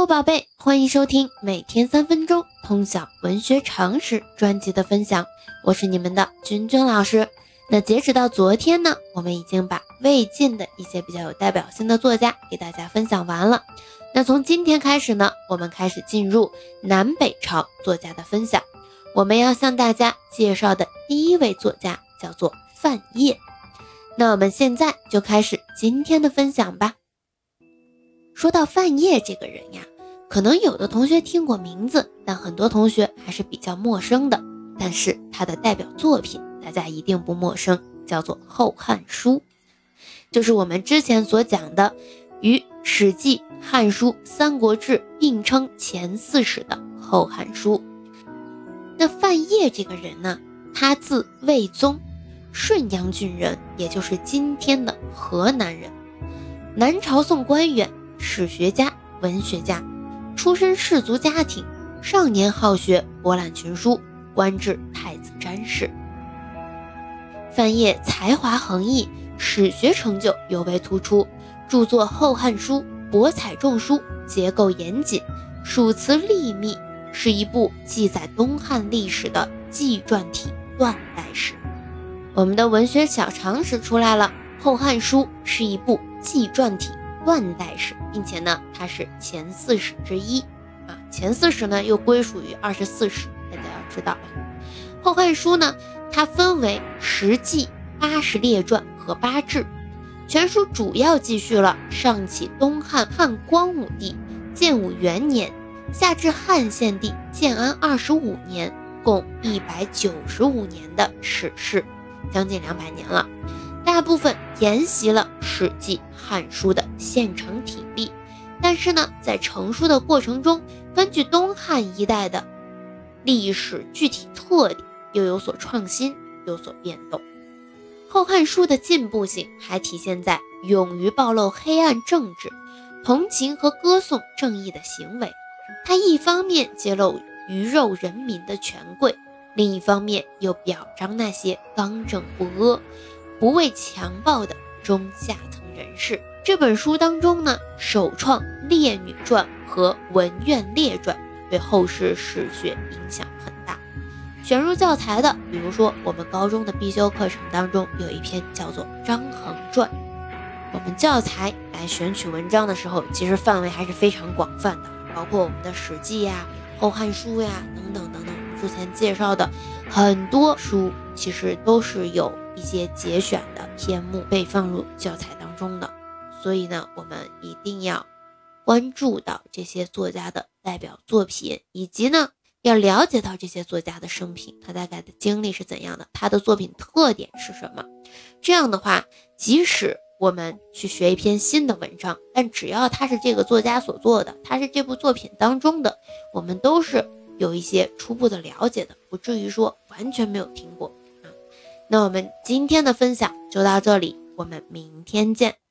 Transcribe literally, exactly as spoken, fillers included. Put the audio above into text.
Hello， 宝贝，欢迎收听每天三分钟通晓文学常识专辑的分享，我是你们的君君老师。那截止到昨天呢，我们已经把魏晋的一些比较有代表性的作家给大家分享完了。那从今天开始呢，我们开始进入南北朝作家的分享。我们要向大家介绍的第一位作家叫做范晔。那我们现在就开始今天的分享吧。说到范晔这个人呀，可能有的同学听过名字，但很多同学还是比较陌生的。但是他的代表作品大家一定不陌生，叫做《后汉书》，就是我们之前所讲的与《史记》《汉书》《三国志》并称前四史的《后汉书》。那范晔这个人呢，他字魏宗，顺阳郡人，也就是今天的河南人，南朝宋官员，史学家、文学家，出身士族家庭，少年好学，博览群书，官至太子詹事。范晔才华横溢，史学成就尤为突出，著作《后汉书》博采众书，结构严谨，属词丽密，是一部记载东汉历史的纪传体断代史。我们的文学小常识出来了，《后汉书》是一部纪传体断代史，并且呢，它是前四史之一啊。前四史呢，又归属于二十四史，大家要知道。后汉书呢，它分为十纪、八十列传和八志。全书主要记叙了上起东汉汉光武帝建武元年，下至汉献帝建安二十五年，共一百九十五年的史事，将近两百年了。大部分沿袭了《史记》《汉书》的现成体例，但是呢，在成书的过程中，根据东汉一代的历史具体特点，又有所创新，有所变动。《后汉书》的进步性还体现在勇于暴露黑暗政治，同情和歌颂正义的行为。它一方面揭露鱼肉人民的权贵，另一方面又表彰那些刚正不阿、不畏强暴的中下层人士。这本书当中呢，首创列女传和文苑列传，对后世史学影响很大。选入教材的，比如说我们高中的必修课程当中有一篇叫做《张衡传》。我们教材来选取文章的时候，其实范围还是非常广泛的，包括我们的《史记》呀、《后汉书》呀等等等等。我们之前介绍的很多书，其实都是有一些节选的篇目被放入教材当中的。所以呢，我们一定要关注到这些作家的代表作品，以及呢，要了解到这些作家的生平，他大概的经历是怎样的，他的作品特点是什么。这样的话，即使我们去学一篇新的文章，但只要他是这个作家所做的，他是这部作品当中的，我们都是有一些初步的了解的，不至于说完全没有听过啊。那我们今天的分享就到这里，我们明天见。